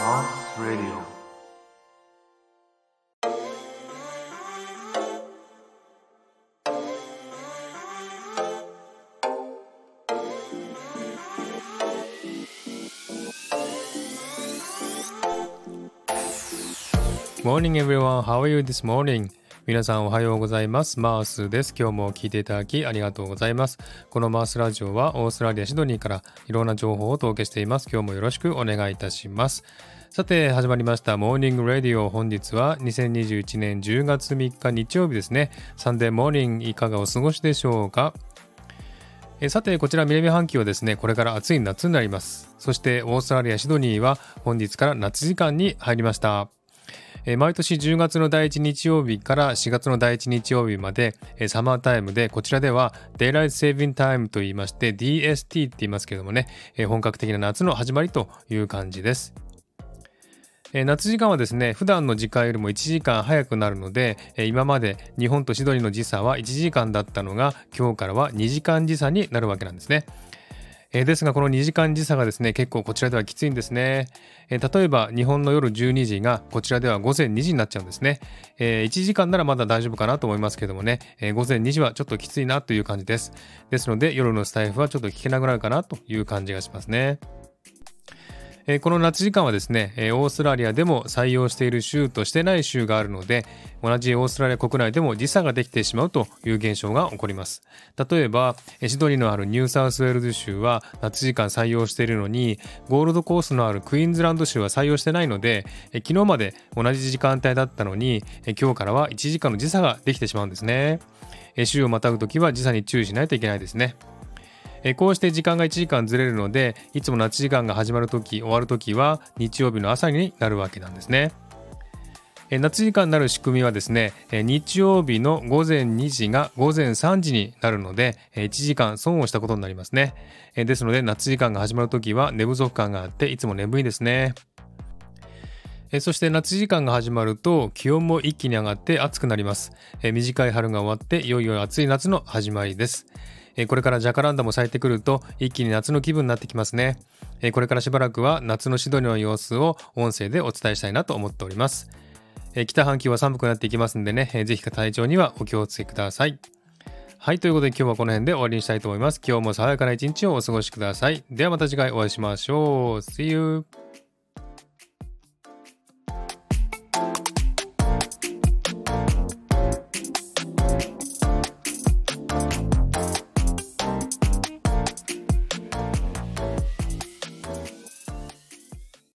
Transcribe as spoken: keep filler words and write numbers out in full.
Mars Radio. Morning everyone, how are you this morning? 皆さんおはようございます。マースです。今日も聞いていただきありがとうございます。このマースラジオはオーストラリアシドニーからいろんな情報をお届けしています。今日もよろしくお願いいたします。さて始まりましたモーニングラディオ。本日はにせんにじゅういちねんじゅうがつみっか日曜日ですね。サンデーモーニングいかがお過ごしでしょうか。えさてこちら南半球はですね、これから暑い夏になります。そしてオーストラリアシドニーは本日から夏時間に入りました。毎年じゅうがつのだいいち日曜日からしがつのだいいち日曜日までサマータイムで、こちらでは Daylight Saving Time と言いまして ディーエスティー って言いますけれどもね、本格的な夏の始まりという感じです。夏時間はですね、普段の時間よりもいちじかん早くなるので、今まで日本とシドニーの時差はいちじかんだったのが今日からはにじかん時差になるわけなんですね。えー、ですがこのにじかん時差がですね、結構こちらではきついんですね。えー、例えば日本の夜じゅうにじがこちらでは午前にじになっちゃうんですね。えー、いちじかんならまだ大丈夫かなと思いますけどもね、えー、午前にじはちょっときついなという感じです。ですので夜のスタイフはちょっと聞けなくなるかなという感じがしますね。この夏時間はですね、オーストラリアでも採用している州としてない州があるので、同じオーストラリア国内でも時差ができてしまうという現象が起こります。例えばシドニーのあるニューサウスウェールズ州は夏時間採用しているのに、ゴールドコーストのあるクイーンズランド州は採用してないので、昨日まで同じ時間帯だったのに今日からはいちじかんの時差ができてしまうんですね。州をまたぐときは時差に注意しないといけないですね。こうして時間がいちじかんずれるので、いつも夏時間が始まるとき終わるときは日曜日の朝になるわけなんですね。夏時間になる仕組みはですね、日曜日の午前にじが午前さんじになるのでいちじかん損をしたことになりますね。ですので夏時間が始まるときは寝不足感があっていつも眠いですね。そして夏時間が始まると気温も一気に上がって暑くなります。短い春が終わっていよいよ暑い夏の始まりです。これからジャカランダも咲いてくると一気に夏の気分になってきますね。これからしばらくは夏のシドニーの様子を音声でお伝えしたいなと思っております。北半球は寒くなっていきますんでね、ぜひ体調にはお気をつけください。はい、ということで今日はこの辺で終わりにしたいと思います。今日も爽やかな一日をお過ごしください。ではまた次回お会いしましょう。See you!